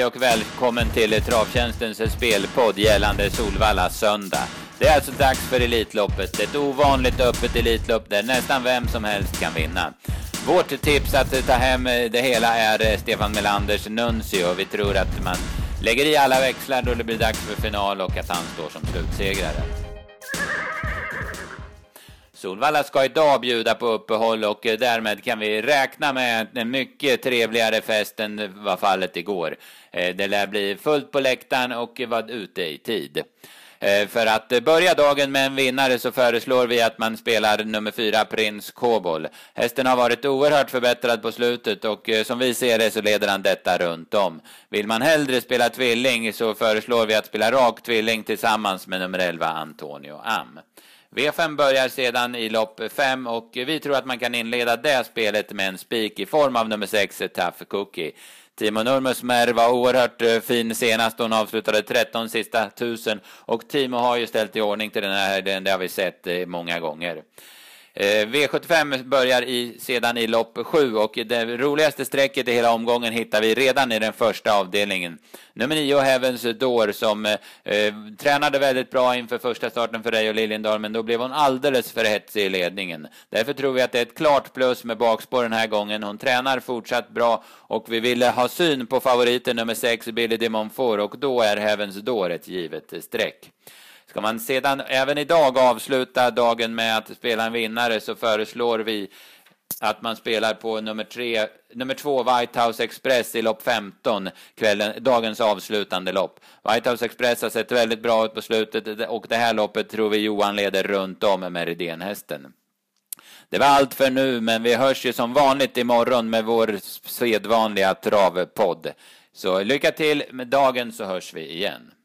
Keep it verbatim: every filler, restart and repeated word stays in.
Hej och välkommen till Travtjänstens spelpodd gällande Solvalla söndag. Det är alltså dags för Elitloppet, ett ovanligt öppet Elitlopp där nästan vem som helst kan vinna. Vårt tips att ta hem det hela är Stefan Melanders Nuncio. Vi tror att man lägger i alla växlar då det blir dags för final och att han står som slutsegrare. Solvalla ska idag bjuda på uppehåll och därmed kan vi räkna med en mycket trevligare fest än vad fallet igår. Det lär bli fullt på läktaren och vara ute i tid. För att börja dagen med en vinnare så föreslår vi att man spelar nummer fyra Prins Kobol. Hästen har varit oerhört förbättrad på slutet och som vi ser det så leder han detta runt om. Vill man hellre spela tvilling så föreslår vi att spela rak tvilling tillsammans med nummer elva Antonio Am. V fem börjar sedan i lopp fem och vi tror att man kan inleda det spelet med en spik i form av nummer sex Tough Cookie. Timo Nurmos Mer var oerhört fin senast, hon avslutade tretton sista tusen och Timo har ju ställt i ordning till den här, det har vi sett många gånger. V sjuttiofem börjar i, sedan i lopp sju och det roligaste strecket i hela omgången hittar vi redan i den första avdelningen. Nummer nio Heavens Door som eh, tränade väldigt bra inför första starten för Reijo Liljendahl, men då blev hon alldeles för hetsig i ledningen. Därför tror vi att det är ett klart plus med bakspår den här gången. Hon tränar fortsatt bra och vi ville ha syn på favoriten nummer sex Billy de Montfort och då är Heavens Door ett givet streck. Ska man sedan även idag avsluta dagen med att spela en vinnare så föreslår vi att man spelar på nummer tre, nummer två White House Express i lopp femton, kvällen, dagens avslutande lopp. White House Express har sett väldigt bra ut på slutet och det här loppet tror vi Johan leder runt om med Meridienhästen. Det var allt för nu, men vi hörs ju som vanligt imorgon med vår sedvanliga travpodd. Så lycka till med dagen så hörs vi igen.